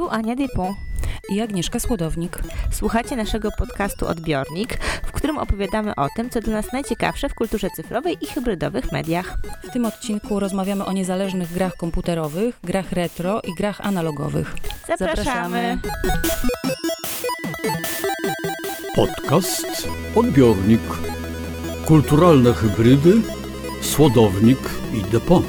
Ania Dupont i Agnieszka Słodownik. Słuchacie naszego podcastu Odbiornik, w którym opowiadamy o tym, co dla nas najciekawsze w kulturze cyfrowej i hybrydowych mediach. W tym odcinku rozmawiamy o niezależnych grach komputerowych, grach retro i grach analogowych. Zapraszamy! Podcast Odbiornik. Kulturalne hybrydy, Słodownik i Dupont.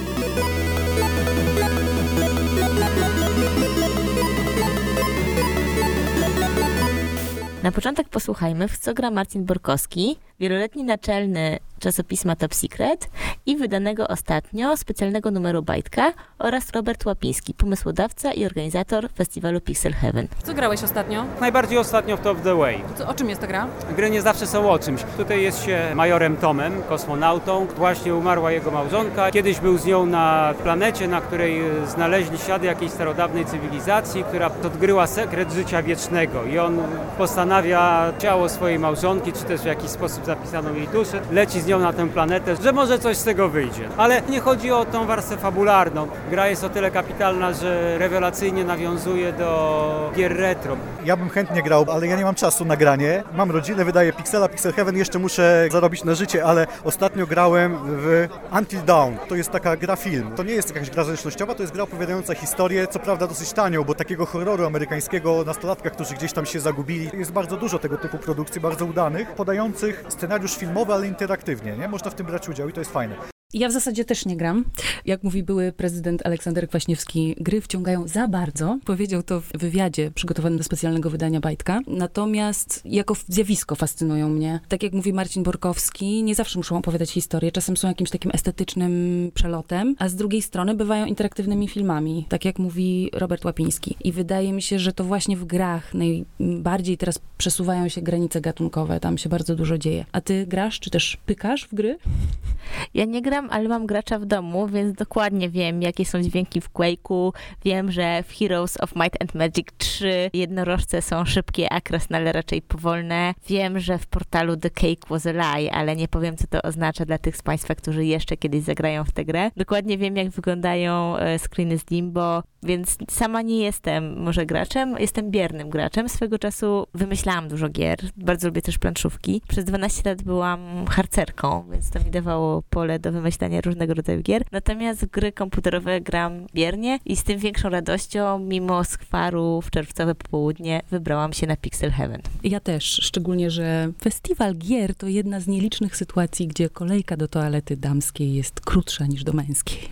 Na początek posłuchajmy, w co gra Marcin Borkowski, wieloletni naczelny czasopisma Top Secret i wydanego ostatnio specjalnego numeru Bajtka, oraz Robert Łapiński, pomysłodawca i organizator festiwalu Pixel Heaven. Co grałeś ostatnio? Najbardziej ostatnio w Top the Way. O czym jest ta gra? Gry nie zawsze są o czymś. Tutaj jest się majorem Tomem, kosmonautą. Właśnie umarła jego małżonka. Kiedyś był z nią na planecie, na której znaleźli ślady jakiejś starodawnej cywilizacji, która odgryła sekret życia wiecznego. I on postanawia ciało swojej małżonki, czy też w jakiś sposób zapisaną jej duszę, leci z nią na tę planetę, że może coś z tego wyjdzie. Ale nie chodzi o tą warstwę fabularną. Gra jest o tyle kapitalna, że rewelacyjnie nawiązuje do gier retro. Ja bym chętnie grał, ale ja nie mam czasu na granie. Mam rodzinę, wydaję Pixela, Pixel Heaven, jeszcze muszę zarobić na życie, ale ostatnio grałem w Until Dawn. To jest taka gra film. To nie jest jakaś gra zręcznościowa, to jest gra opowiadająca historię, co prawda dosyć tanią, bo takiego horroru amerykańskiego o nastolatkach, którzy gdzieś tam się zagubili. Jest bardzo dużo tego typu produkcji, bardzo udanych, podających scenariusz filmowy, ale interaktywnie, nie? Można w tym brać udział i to jest fajne. Ja w zasadzie też nie gram. Jak mówi były prezydent Aleksander Kwaśniewski, gry wciągają za bardzo. Powiedział to w wywiadzie przygotowanym do specjalnego wydania Bajtka. Natomiast jako zjawisko fascynują mnie. Tak jak mówi Marcin Borkowski, nie zawsze muszą opowiadać historię. Czasem są jakimś takim estetycznym przelotem, a z drugiej strony bywają interaktywnymi filmami. Tak jak mówi Robert Łapiński. I wydaje mi się, że to właśnie w grach najbardziej teraz przesuwają się granice gatunkowe. Tam się bardzo dużo dzieje. A ty grasz, czy też pykasz w gry? Ja nie gram, ale mam gracza w domu, więc dokładnie wiem, jakie są dźwięki w Quake'u. Wiem, że w Heroes of Might and Magic 3 jednorożce są szybkie, a krasnale raczej powolne. Wiem, że w portalu The Cake Was a Lie, ale nie powiem, co to oznacza dla tych z Państwa, którzy jeszcze kiedyś zagrają w tę grę. Dokładnie wiem, jak wyglądają screeny z Limbo, więc sama nie jestem może graczem, jestem biernym graczem. Swego czasu wymyślałam dużo gier, bardzo lubię też planszówki. Przez 12 lat byłam harcerką, więc to mi dawało pole do wymyślania różnego rodzaju gier. Natomiast w gry komputerowe gram biernie i z tym większą radością, mimo skwaru w czerwcowe popołudnie, wybrałam się na Pixel Heaven. Ja też, szczególnie, że festiwal gier to jedna z nielicznych sytuacji, gdzie kolejka do toalety damskiej jest krótsza niż do męskiej.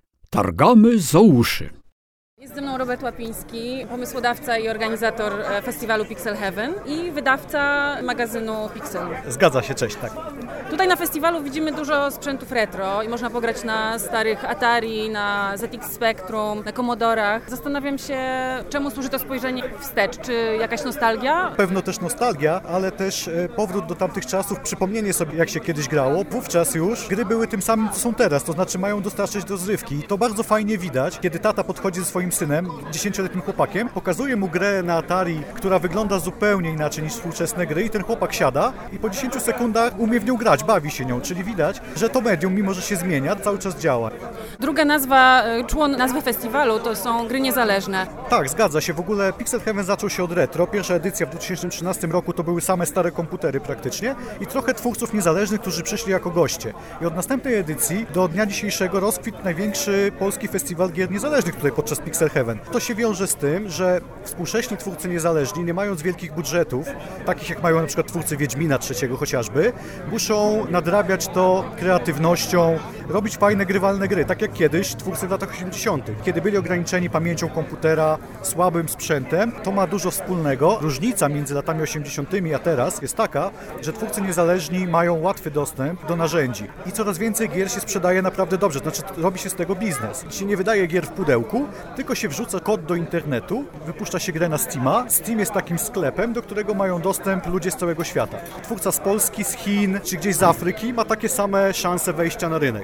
Targamy za uszy. Jest ze mną Robert Łapiński, pomysłodawca i organizator festiwalu Pixel Heaven i wydawca magazynu Pixel. Zgadza się, cześć, tak. Tutaj na festiwalu widzimy dużo sprzętów retro i można pograć na starych Atari, na ZX Spectrum, na Commodorach. Zastanawiam się, czemu służy to spojrzenie wstecz. Czy jakaś nostalgia? Pewno też nostalgia, ale też powrót do tamtych czasów, przypomnienie sobie, jak się kiedyś grało. Wówczas już gry były tym samym, co są teraz, to znaczy mają dostarczyć rozrywki. To bardzo fajnie widać, kiedy tata podchodzi ze swoim synem, 10-letnim chłopakiem, pokazuje mu grę na Atari, która wygląda zupełnie inaczej niż współczesne gry i ten chłopak siada i po 10 sekundach umie w nią grać, bawi się nią, czyli widać, że to medium, mimo że się zmienia, cały czas działa. Druga nazwa, człon nazwy festiwalu to są gry niezależne. Tak, zgadza się. W ogóle Pixel Heaven zaczął się od retro. Pierwsza edycja w 2013 roku to były same stare komputery praktycznie i trochę twórców niezależnych, którzy przyszli jako goście. I od następnej edycji do dnia dzisiejszego rozkwitł największy polski festiwal gier niezależnych tutaj podczas Pixel Heaven. To się wiąże z tym, że współcześni twórcy niezależni, nie mając wielkich budżetów, takich jak mają na przykład twórcy Wiedźmina III chociażby, muszą nadrabiać to kreatywnością, robić fajne, grywalne gry, tak jak kiedyś twórcy w latach 80., kiedy byli ograniczeni pamięcią komputera, słabym sprzętem. To ma dużo wspólnego. Różnica między latami 80. a teraz jest taka, że twórcy niezależni mają łatwy dostęp do narzędzi i coraz więcej gier się sprzedaje naprawdę dobrze, to znaczy robi się z tego biznes. Się nie wydaje gier w pudełku, tylko się wrzuca kod do internetu, wypuszcza się grę na Steama. Steam jest takim sklepem, do którego mają dostęp ludzie z całego świata. Twórca z Polski, z Chin czy gdzieś z Afryki ma takie same szanse wejścia na rynek.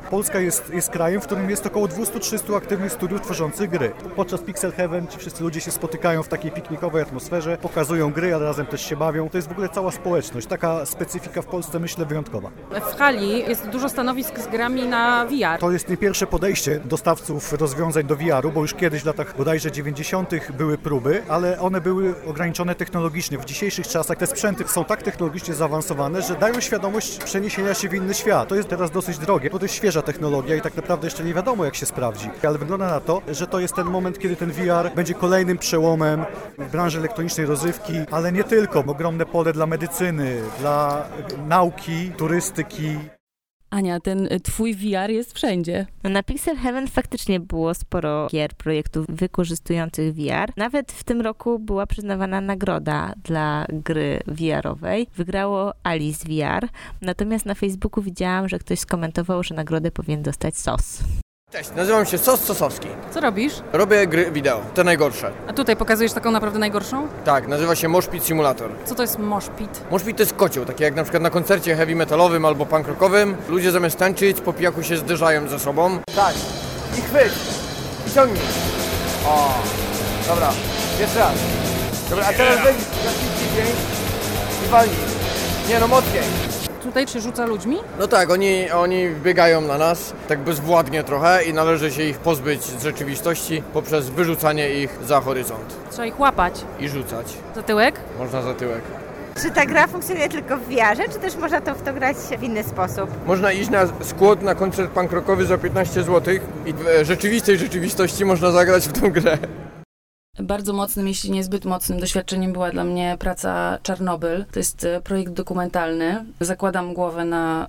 Polska jest krajem, w którym jest około 200-300 aktywnych studiów tworzących gry. Podczas Pixel Heaven ci wszyscy ludzie się spotykają w takiej piknikowej atmosferze, pokazują gry, ale razem też się bawią. To jest w ogóle cała społeczność. Taka specyfika w Polsce, myślę, wyjątkowa. W hali jest dużo stanowisk z grami na VR. To jest nie pierwsze podejście dostawców rozwiązań do VR-u, bo już kiedyś w latach bodajże 90. były próby, ale one były ograniczone technologicznie. W dzisiejszych czasach te sprzęty są tak technologicznie zaawansowane, że dają świadomość przeniesienia się w inny świat. To jest teraz dosyć drogie, bo to jest świeża technologia i tak naprawdę jeszcze nie wiadomo, jak się sprawdzi. Ale wygląda na to, że to jest ten moment, kiedy ten VR będzie kolejnym przełomem w branży elektronicznej rozrywki, ale nie tylko. Ogromne pole dla medycyny, dla nauki, turystyki. Ania, ten twój VR jest wszędzie. No na Pixel Heaven faktycznie było sporo gier, projektów wykorzystujących VR. Nawet w tym roku była przyznawana nagroda dla gry VR-owej. Wygrało Alice VR. Natomiast na Facebooku widziałam, że ktoś skomentował, że nagrodę powinien dostać SOS. Cześć, nazywam się Sos Sosowski. Co robisz? Robię gry wideo, te najgorsze. A tutaj pokazujesz taką naprawdę najgorszą? Tak, nazywa się Mosh Pit Simulator. Co to jest Mosh Pit? Mosh Pit to jest kocioł, taki jak na przykład na koncercie heavy metalowym albo punk rockowym. Ludzie zamiast tańczyć po pijaku się zderzają ze sobą. Tak, i chwyć, i ciągnij. O, dobra, jeszcze raz. Dobra, a teraz weź za pięć i walnij. Nie no, mocniej. Tutaj się rzuca ludźmi? No tak, oni biegają na nas, tak bezwładnie trochę i należy się ich pozbyć z rzeczywistości poprzez wyrzucanie ich za horyzont. Trzeba ich łapać. I rzucać. Za tyłek? Można za tyłek. Czy ta gra funkcjonuje tylko w VR-ze, czy też można to w to grać w inny sposób? Można iść na skład na koncert punk rockowy za 15 zł i w rzeczywistej rzeczywistości można zagrać w tę grę. Bardzo mocnym, jeśli nie zbyt mocnym doświadczeniem była dla mnie praca Czarnobyl. To jest projekt dokumentalny. Zakładam głowę na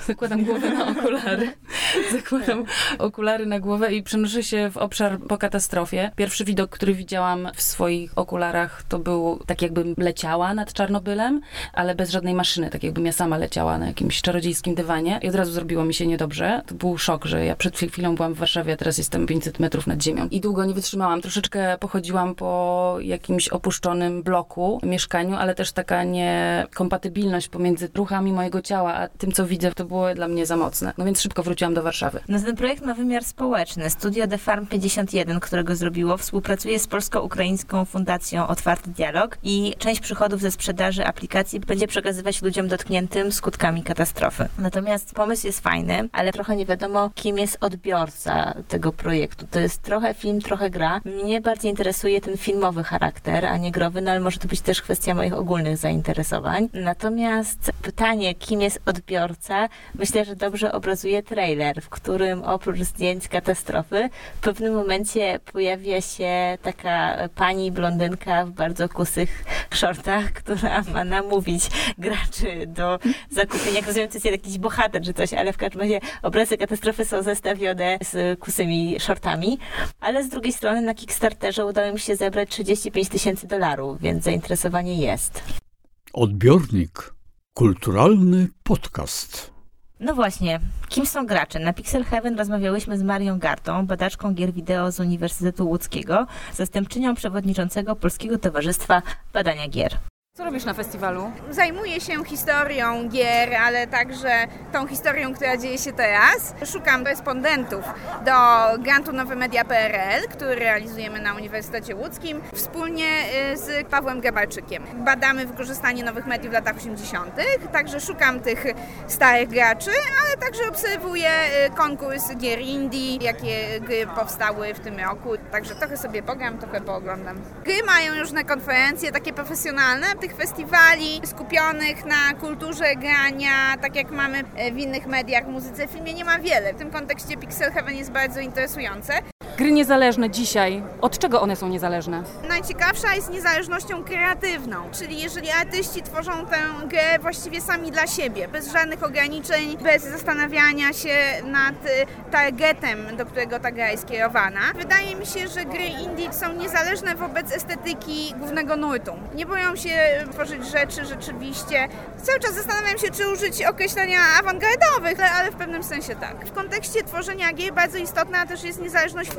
okulary. Zakładam okulary na głowę i przenoszę się w obszar po katastrofie. Pierwszy widok, który widziałam w swoich okularach, to był tak, jakbym leciała nad Czarnobylem, ale bez żadnej maszyny, tak jakbym ja sama leciała na jakimś czarodziejskim dywanie. I od razu zrobiło mi się niedobrze. To był szok, że ja przed chwilą byłam w Warszawie, a teraz jestem 500 metrów nad ziemią. I długo nie wytrzymałam. Troszeczkę pochodziłam po jakimś opuszczonym bloku, mieszkaniu, ale też taka niekompatybilność pomiędzy ruchami mojego ciała, a tym, co widzę, to było dla mnie za mocne. No więc szybko wróciłam do Warszawy. No ten projekt ma wymiar społeczny. Studio The Farm 51, którego zrobiło, współpracuje z Polsko-Ukraińską Fundacją Otwarty Dialog i część przychodów ze sprzedaży aplikacji będzie przekazywać ludziom dotkniętym skutkami katastrofy. Natomiast pomysł jest fajny, ale trochę nie wiadomo, kim jest odbiorca tego projektu. To jest trochę film, trochę gra. Mnie bardziej interesuje ten filmowy charakter, a nie growy, no ale może to być też kwestia moich ogólnych zainteresowań. Natomiast pytanie, kim jest odbiorca, myślę, że dobrze obrazuje trailer, w którym oprócz zdjęć katastrofy w pewnym momencie pojawia się taka pani blondynka w bardzo kusych shortach, która ma namówić graczy do zakupienia. Jak rozumiem, to jest jakiś bohater czy coś, ale w każdym razie obrazy katastrofy są zestawione z kusymi shortami, ale z drugiej strony na Kickstarterze udało mi się zebrać $35 000, więc zainteresowanie jest. Odbiornik. Kulturalny podcast. No właśnie, kim są gracze? Na Pixel Heaven rozmawiałyśmy z Marią Gartą, badaczką gier wideo z Uniwersytetu Łódzkiego, zastępczynią przewodniczącego Polskiego Towarzystwa Badania Gier. Co robisz na festiwalu? Zajmuję się historią gier, ale także tą historią, która dzieje się teraz. Szukam respondentów do grantu nowemedia.pl, który realizujemy na Uniwersytecie Łódzkim wspólnie z Pawłem Grabarczykiem. Badamy wykorzystanie nowych mediów w latach 80., także szukam tych starych graczy, ale także obserwuję konkurs gier indie, jakie gry powstały w tym roku. Także trochę sobie pogram, trochę pooglądam. Gry mają różne konferencje, takie profesjonalne, tych festiwali skupionych na kulturze grania, tak jak mamy w innych mediach, muzyce, filmie, nie ma wiele. W tym kontekście Pixel Heaven jest bardzo interesujące. Gry niezależne dzisiaj, od czego one są niezależne? Najciekawsza jest niezależnością kreatywną, czyli jeżeli artyści tworzą tę grę właściwie sami dla siebie, bez żadnych ograniczeń, bez zastanawiania się nad targetem, do którego ta gra jest kierowana. Wydaje mi się, że gry indie są niezależne wobec estetyki głównego nurtu. Nie boją się tworzyć rzeczy rzeczywiście. Cały czas zastanawiam się, czy użyć określenia awangardowych, ale w pewnym sensie tak. W kontekście tworzenia gier bardzo istotna też jest niezależność finansowa.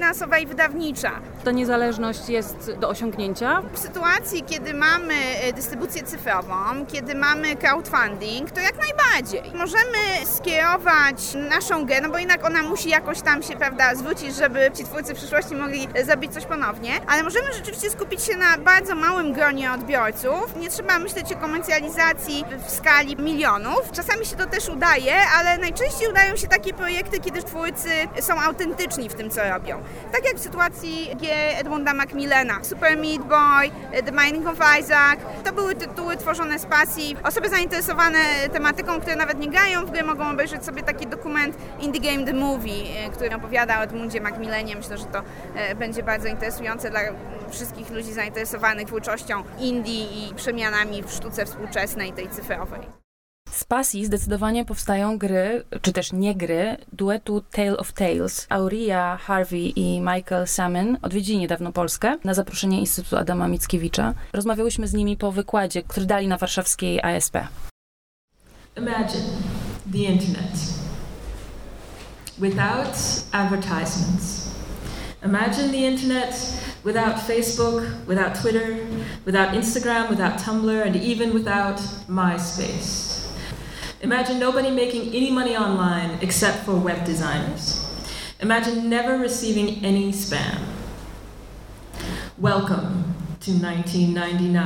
finansowa i wydawnicza. Ta niezależność jest do osiągnięcia? W sytuacji, kiedy mamy dystrybucję cyfrową, kiedy mamy crowdfunding, to jak najbardziej. Możemy skierować naszą grę, no bo jednak ona musi jakoś tam się, prawda, zwrócić, żeby ci twórcy w przyszłości mogli zrobić coś ponownie, ale możemy rzeczywiście skupić się na bardzo małym gronie odbiorców. Nie trzeba myśleć o komercjalizacji w skali milionów. Czasami się to też udaje, ale najczęściej udają się takie projekty, kiedy twórcy są autentyczni w tym, co robią. Tak jak w sytuacji gier Edmunda Macmillana, Super Meat Boy, The Binding of Isaac. To były tytuły tworzone z pasji. Osoby zainteresowane tematyką, które nawet nie grają w gry, mogą obejrzeć sobie taki dokument Indie Game The Movie, który opowiada o Edmundzie Macmillanie. Myślę, że to będzie bardzo interesujące dla wszystkich ludzi zainteresowanych twórczością indie i przemianami w sztuce współczesnej, tej cyfrowej. Z pasji zdecydowanie powstają gry, czy też nie gry, duetu Tale of Tales. Auria Harvey i Michael Salmon odwiedzili niedawno Polskę na zaproszenie Instytutu Adama Mickiewicza. Rozmawiałyśmy z nimi po wykładzie, który dali na warszawskiej ASP. Imagine the internet without advertisements. Imagine the internet without Facebook, without Twitter, without Instagram, without Tumblr, and even without MySpace. Imagine nobody making any money online except for web designers. Imagine never receiving any spam. Welcome to 1999.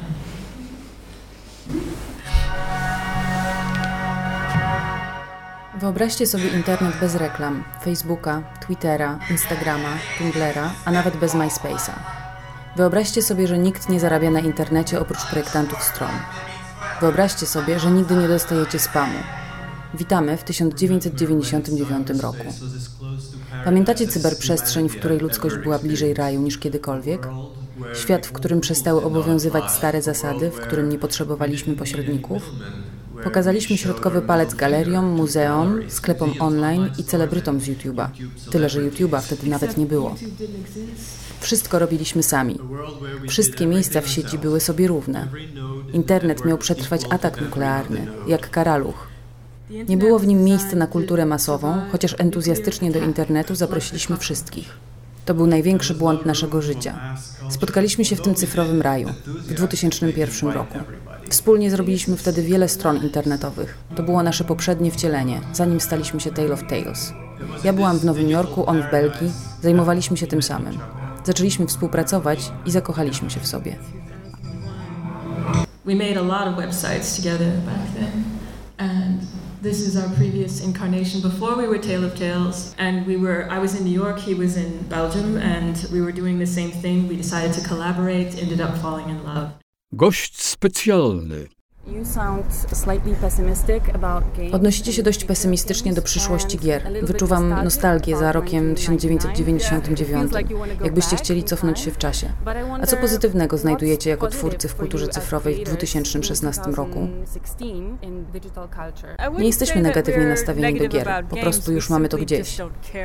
Wyobraźcie sobie internet bez reklam, Facebooka, Twittera, Instagrama, Tumblera, a nawet bez MySpace'a. Wyobraźcie sobie, że nikt nie zarabia na internecie oprócz projektantów stron. Wyobraźcie sobie, że nigdy nie dostajecie spamu. Witamy w 1999 roku. Pamiętacie cyberprzestrzeń, w której ludzkość była bliżej raju niż kiedykolwiek? Świat, w którym przestały obowiązywać stare zasady, w którym nie potrzebowaliśmy pośredników? Pokazaliśmy środkowy palec galeriom, muzeom, sklepom online i celebrytom z YouTube'a. Tyle, że YouTube'a wtedy nawet nie było. Wszystko robiliśmy sami. Wszystkie miejsca w sieci były sobie równe. Internet miał przetrwać atak nuklearny, jak karaluch. Nie było w nim miejsca na kulturę masową, chociaż entuzjastycznie do internetu zaprosiliśmy wszystkich. To był największy błąd naszego życia. Spotkaliśmy się w tym cyfrowym raju w 2001 roku. Wspólnie zrobiliśmy wtedy wiele stron internetowych. To było nasze poprzednie wcielenie, zanim staliśmy się Tale of Tales. Ja byłam w Nowym Jorku, on w Belgii. Zajmowaliśmy się tym samym. Zaczęliśmy współpracować i zakochaliśmy się w sobie. We made a lot of websites together back then, and this is our previous incarnation. Before we were Tale of Tales, and I was in New York, he was in Belgium, and we were doing the same thing. We decided to collaborate, ended up falling in love. Gość specjalny. Odnosicie się dość pesymistycznie do przyszłości gier. Wyczuwam nostalgię za rokiem 1999, jakbyście chcieli cofnąć się w czasie. A co pozytywnego znajdujecie jako twórcy w kulturze cyfrowej w 2016 roku? Nie jesteśmy negatywnie nastawieni do gier, po prostu już mamy to gdzieś.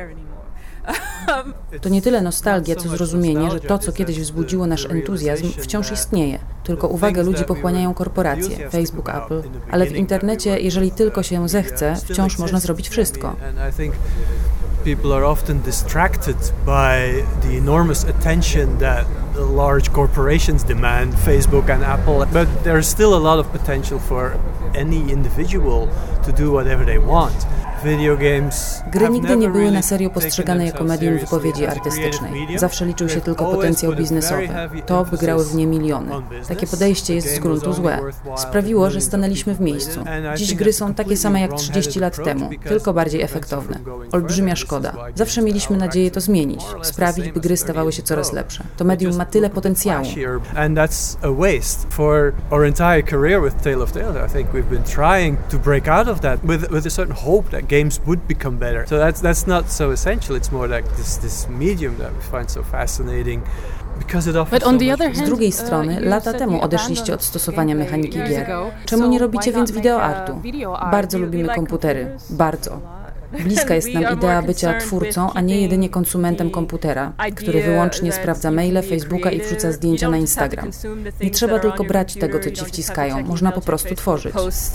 To nie tyle nostalgia, co zrozumienie, że to, co kiedyś wzbudziło nasz entuzjazm, wciąż istnieje. Tylko uwagę ludzi pochłaniają korporacje, Facebook, Apple, ale w internecie, jeżeli tylko się zechce, wciąż można zrobić wszystko. People are often distracted by the enormous attention that the large corporations demand, Facebook and Apple, but there's still a lot of potential for any individual to do whatever they want. Gry nigdy nie były na serio postrzegane jako medium wypowiedzi artystycznej. Zawsze liczył się tylko potencjał biznesowy. To, by grały w nie miliony. Takie podejście jest z gruntu złe. Sprawiło, że stanęliśmy w miejscu. Dziś gry są takie same jak 30 lat temu, tylko bardziej efektowne. Olbrzymia szkoda. Zawsze mieliśmy nadzieję to zmienić, sprawić, by gry stawały się coraz lepsze. To medium ma tyle potencjału. And that's a waste. For our entire career with Tale of Tales, I think we've been trying to break out of that with a certain hope that games would become better. So that's not so essential. It's more like this medium that we find so fascinating. Z drugiej strony, lata temu odeszliście od stosowania mechaniki gier. Czemu nie robicie więc wideoartu? Bardzo lubimy komputery. Bardzo. Bliska jest nam idea bycia twórcą, a nie jedynie konsumentem komputera, który wyłącznie sprawdza maile, Facebooka i wrzuca zdjęcia na Instagram. Nie trzeba tylko brać tego, co ci wciskają. Można po prostu tworzyć.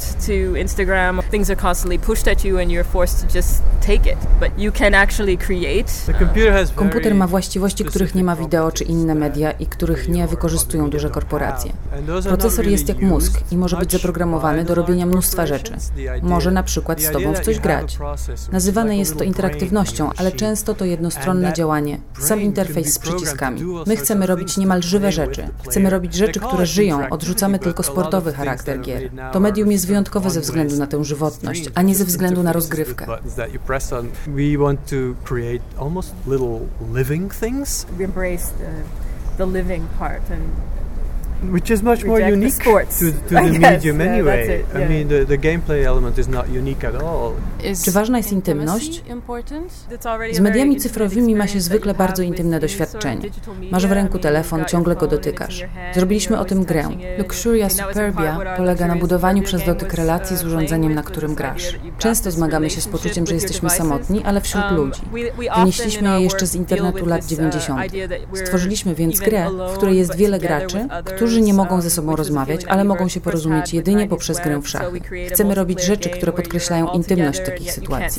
Komputer ma właściwości, których nie ma wideo czy inne media i których nie wykorzystują duże korporacje. Procesor jest jak mózg i może być zaprogramowany do robienia mnóstwa rzeczy. Może na przykład z tobą w coś grać. Nazywane jest to interaktywnością, ale często to jednostronne działanie. Sam interfejs z przyciskami. My chcemy robić niemal żywe rzeczy. Chcemy robić rzeczy, które żyją, odrzucamy tylko sportowy charakter gier. To medium jest wyjątkowe ze względu na tę żywotność, a nie ze względu na rozgrywkę. We want to create almost little living things. We embrace the living part and which is much more unique to the medium anyway. I mean, the gameplay element is not unique at all. Czy ważna jest intymność? Z mediami cyfrowymi ma się zwykle bardzo intymne doświadczenie. Masz w ręku telefon, ciągle go dotykasz. Zrobiliśmy o tym grę. Luxuria Superbia polega na budowaniu przez dotyk relacji z urządzeniem, na którym grasz. Często zmagamy się z poczuciem, że jesteśmy samotni, ale wśród ludzi. Wynieśliśmy je jeszcze z internetu lat 90. Stworzyliśmy więc grę, w której jest wiele graczy, którzy nie mogą ze sobą rozmawiać, ale mogą się porozumieć jedynie poprzez grę w szachy. Chcemy robić rzeczy, które podkreślają intymność takich sytuacji.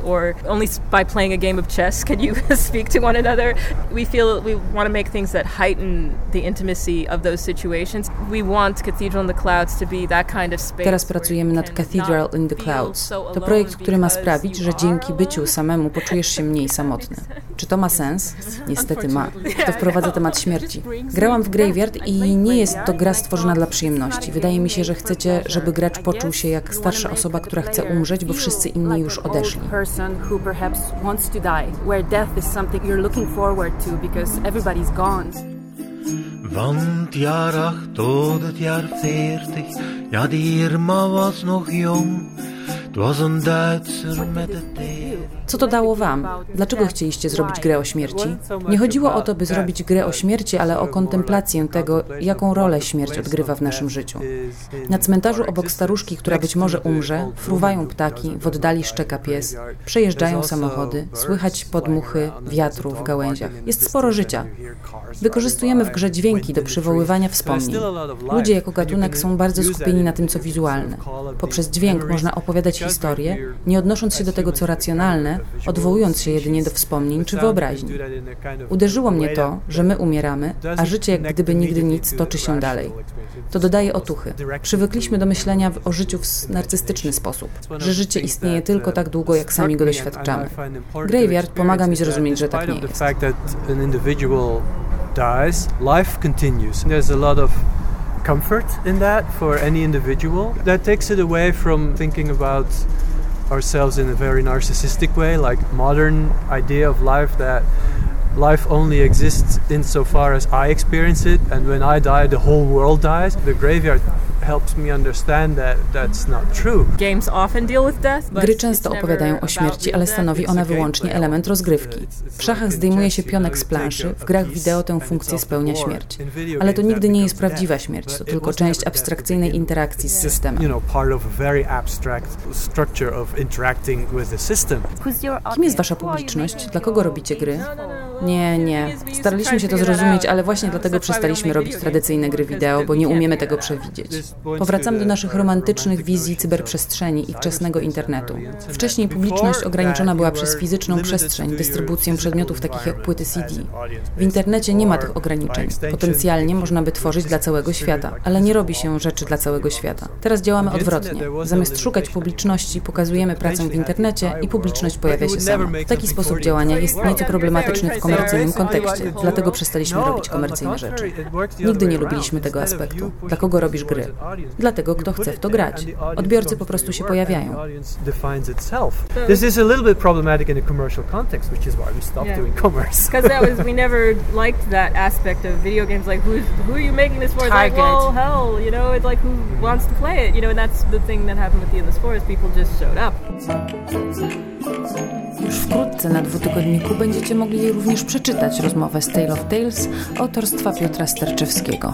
Teraz pracujemy nad Cathedral in the Clouds. To projekt, który ma sprawić, że dzięki byciu samemu poczujesz się mniej samotny. Czy to ma sens? Niestety ma. To wprowadza temat śmierci. Grałam w Graveyard i nie jest to gra stworzona dla przyjemności. Wydaje mi się, że chcecie, żeby gracz poczuł się jak starsza osoba, która chce umrzeć, bo wszyscy inni już odeszli. Want jaar 8 tot het jaar 40, ja die Irma was nog jong. Het was een Duitser met de thee. Co to dało wam? Dlaczego chcieliście zrobić grę o śmierci? Nie chodziło o to, by zrobić grę o śmierci, ale o kontemplację tego, jaką rolę śmierć odgrywa w naszym życiu. Na cmentarzu obok staruszki, która być może umrze, fruwają ptaki, w oddali szczeka pies, przejeżdżają samochody, słychać podmuchy wiatru w gałęziach. Jest sporo życia. Wykorzystujemy w grze dźwięki do przywoływania wspomnień. Ludzie jako gatunek są bardzo skupieni na tym, co wizualne. Poprzez dźwięk można opowiadać historię, nie odnosząc się do tego, co racjonalne, odwołując się jedynie do wspomnień czy wyobraźni. Uderzyło mnie to, że my umieramy, a życie jak gdyby nigdy nic toczy się dalej. To dodaje otuchy. Przywykliśmy do myślenia o życiu w narcystyczny sposób, że życie istnieje tylko tak długo, jak sami go doświadczamy. Graveyard pomaga mi zrozumieć, że tak nie jest. Life continues. There's a lot of comfort in that for any individual. That takes it away from thinking about ourselves in a very narcissistic way, like modern idea of life, that life only exists insofar as I experience it, and when I die, the whole world dies. The Graveyard helps me understand that that's not true. Gry często opowiadają o śmierci, ale stanowi ona wyłącznie element rozgrywki. W szachach zdejmuje się pionek z planszy, w grach wideo tę funkcję spełnia śmierć. Ale to nigdy nie jest prawdziwa śmierć, to tylko część abstrakcyjnej interakcji z systemem. Kim jest wasza publiczność? Dla kogo robicie gry? Nie. Staraliśmy się to zrozumieć, ale właśnie dlatego przestaliśmy robić tradycyjne gry wideo, bo nie umiemy tego przewidzieć. Powracamy do naszych romantycznych wizji cyberprzestrzeni i wczesnego internetu. Wcześniej publiczność ograniczona była przez fizyczną przestrzeń, dystrybucję przedmiotów takich jak płyty CD. W internecie nie ma tych ograniczeń. Potencjalnie można by tworzyć dla całego świata, ale nie robi się rzeczy dla całego świata. Teraz działamy odwrotnie. Zamiast szukać publiczności, pokazujemy pracę w internecie i publiczność pojawia się sama. Taki sposób działania jest nieco problematyczny w komercyjnym kontekście, dlatego przestaliśmy robić komercyjne rzeczy. Nigdy nie lubiliśmy tego aspektu. Dla kogo robisz gry? Dlatego, kto chce w to grać. Odbiorcy po prostu się pojawiają. This is a little bit problematic in a commercial context, which is why we stopped doing commerce. Because we never liked that aspect of video games, like who are you making this for? It's like, well, hell, you know, it's like who wants to play it, you know, and that's the thing that happened with The Endless Forest. People just showed up. Już wkrótce na dwutygodniku będziecie mogli również przeczytać rozmowę z Tale of Tales autorstwa Piotra Sterczewskiego.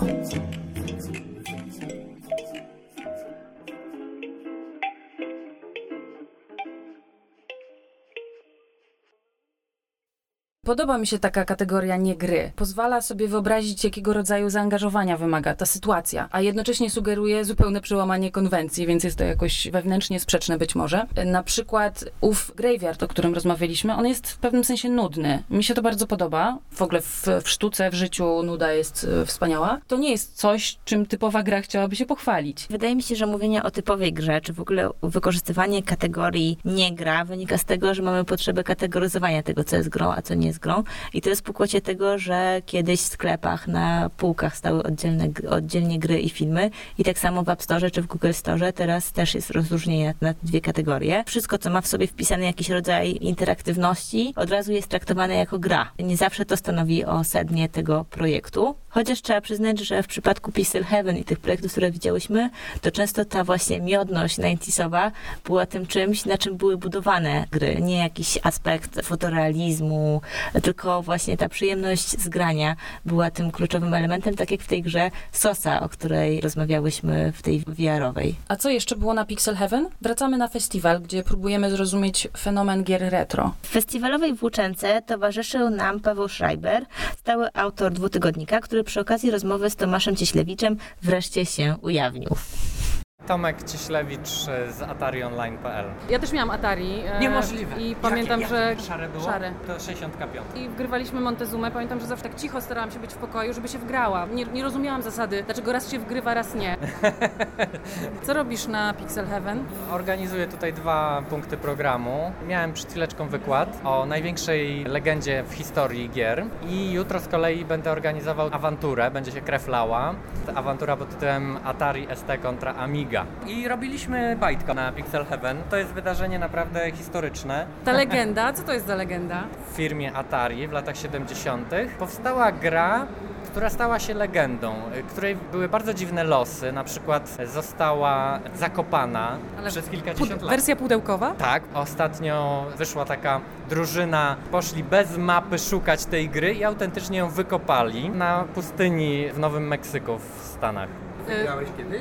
Podoba mi się taka kategoria nie gry. Pozwala sobie wyobrazić, jakiego rodzaju zaangażowania wymaga ta sytuacja, a jednocześnie sugeruje zupełne przełamanie konwencji, więc jest to jakoś wewnętrznie sprzeczne być może. Na przykład ów Graveyard, o którym rozmawialiśmy, on jest w pewnym sensie nudny. Mi się to bardzo podoba. W ogóle w sztuce, w życiu nuda jest wspaniała. To nie jest coś, czym typowa gra chciałaby się pochwalić. Wydaje mi się, że mówienie o typowej grze, czy w ogóle wykorzystywanie kategorii nie gra, wynika z tego, że mamy potrzebę kategoryzowania tego, co jest grą, a co nie jest grą. I to jest pokłosie tego, że kiedyś w sklepach na półkach stały oddzielnie gry i filmy i tak samo w App Store czy w Google Store teraz też jest rozróżnienie na dwie kategorie. Wszystko, co ma w sobie wpisany jakiś rodzaj interaktywności, od razu jest traktowane jako gra. Nie zawsze to stanowi o sednie tego projektu. Chociaż trzeba przyznać, że w przypadku Pixel Heaven i tych projektów, które widziałyśmy, to często ta właśnie miodność 90sowa była tym czymś, na czym były budowane gry. Nie jakiś aspekt fotorealizmu, tylko właśnie ta przyjemność z grania była tym kluczowym elementem, tak jak w tej grze Sosa, o której rozmawiałyśmy w tej VR-owej. A co jeszcze było na Pixel Heaven? Wracamy na festiwal, gdzie próbujemy zrozumieć fenomen gier retro. W festiwalowej włóczęce towarzyszył nam Paweł Schreiber, stały autor dwutygodnika, który przy okazji rozmowy z Tomaszem Cieślewiczem wreszcie się ujawnił. Tomek Cieślewicz z AtariOnline.pl. Ja też miałam Atari. Niemożliwe. I pamiętam, że... Szare było? Szare. To 65. I wgrywaliśmy Montezumę. Pamiętam, że zawsze tak cicho starałam się być w pokoju, żeby się wgrała. Nie rozumiałam zasady, dlaczego raz się wgrywa, raz nie. Co robisz na Pixel Heaven? Organizuję tutaj 2 punkty programu. Miałem przed chwileczką wykład o największej legendzie w historii gier i jutro z kolei będę organizował awanturę, będzie się krew lała. Ta awantura pod tytułem Atari ST kontra Amiga. I robiliśmy bajtka na Pixel Heaven. To jest wydarzenie naprawdę historyczne. Ta legenda, co to jest za legenda? W firmie Atari w latach 70. powstała gra, która stała się legendą, której były bardzo dziwne losy. Na przykład została zakopana przez kilkadziesiąt lat. Wersja pudełkowa? Tak. Ostatnio wyszła taka drużyna, poszli bez mapy szukać tej gry i autentycznie ją wykopali na pustyni w Nowym Meksyku w Stanach. Grałeś kiedyś?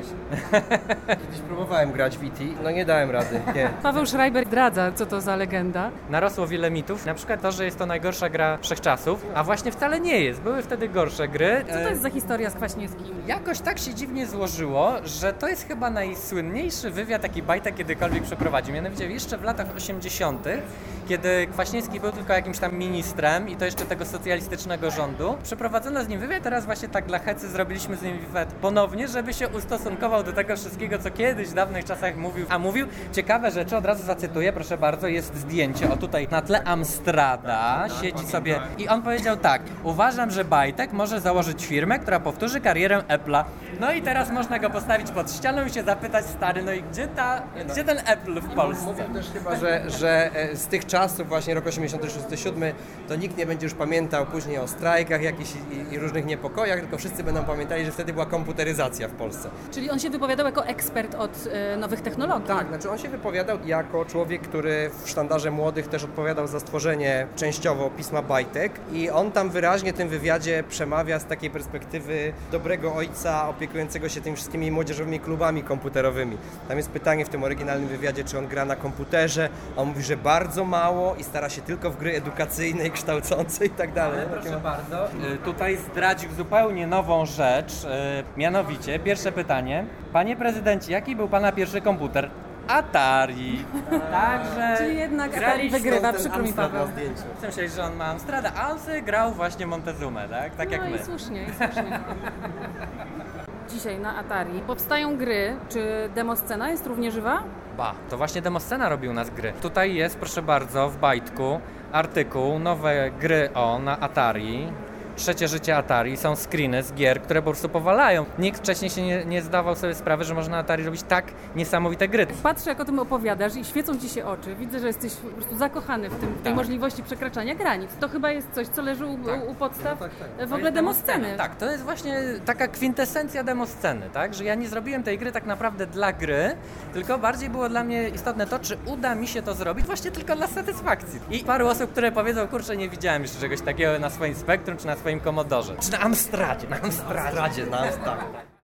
Kiedyś próbowałem grać w E.T., no nie dałem rady, nie. Paweł Schreiber zdradza, co to za legenda. Narosło wiele mitów, na przykład to, że jest to najgorsza gra wszechczasów, a właśnie wcale nie jest. Były wtedy gorsze gry. Co to jest za historia z Kwaśniewskim? Jakoś tak się dziwnie złożyło, że to jest chyba najsłynniejszy wywiad, taki Bajtek kiedykolwiek przeprowadził. Mianowicie jeszcze w latach 80., kiedy Kwaśniewski był tylko jakimś tam ministrem i to jeszcze tego socjalistycznego rządu, przeprowadzono z nim wywiad, teraz właśnie tak dla hecy zrobiliśmy z nim wywiad ponownie, żeby się ustosunkował do tego wszystkiego, co kiedyś w dawnych czasach mówił. A mówił ciekawe rzeczy, od razu zacytuję, proszę bardzo, jest zdjęcie, o tutaj na tle Amstrada siedzi sobie i on powiedział tak: uważam, że Bajtek może założyć firmę, która powtórzy karierę Apple'a. No i teraz można go postawić pod ścianą i się zapytać, stary, no i gdzie ten Apple w Polsce? Mówię też chyba, że z tych czasów, właśnie rok 86-87, to nikt nie będzie już pamiętał później o strajkach jakichś i różnych niepokojach, tylko wszyscy będą pamiętali, że wtedy była komputeryzacja w Polsce. Czyli on się wypowiadał jako ekspert od nowych technologii. Tak, znaczy on się wypowiadał jako człowiek, który w Sztandarze Młodych też odpowiadał za stworzenie częściowo pisma Bajtek i on tam wyraźnie w tym wywiadzie przemawia z takiej perspektywy dobrego ojca opiekującego się tymi wszystkimi młodzieżowymi klubami komputerowymi. Tam jest pytanie w tym oryginalnym wywiadzie, czy on gra na komputerze, a on mówi, że bardzo mało i stara się tylko w gry edukacyjne, kształcące i tak dalej. Proszę bardzo, tutaj zdradził zupełnie nową rzecz, mianowicie pierwsze pytanie. Panie prezydencie, jaki był pana pierwszy komputer? Atari. Także... Czyli jednak Atari wygrywa, przykro mi Paweł. Chcę myśleć, że on ma Amstrada, a on sobie grał właśnie Montezumę, tak? Tak jak my. No i słusznie, Dzisiaj na Atari powstają gry. Czy demoscena jest równie żywa? Ba, to właśnie demoscena robi u nas gry. Tutaj jest, proszę bardzo, w Bajtku artykuł, nowe gry na Atari. Trzecie życie Atari, są screeny z gier, które po prostu powalają. Nikt wcześniej się nie zdawał sobie sprawy, że można na Atari robić tak niesamowite gry. Patrzę, jak o tym opowiadasz i świecą ci się oczy. Widzę, że jesteś po prostu zakochany w tej możliwości przekraczania granic. To chyba jest coś, co leży u podstaw w ogóle demosceny. Tak, to jest właśnie taka kwintesencja demosceny, tak? Że ja nie zrobiłem tej gry tak naprawdę dla gry, tylko bardziej było dla mnie istotne to, czy uda mi się to zrobić właśnie tylko dla satysfakcji. I paru osób, które powiedzą, kurczę, nie widziałem jeszcze czegoś takiego na swoim Spectrum, czy na swoim Commodorze, czy na Amstradzie,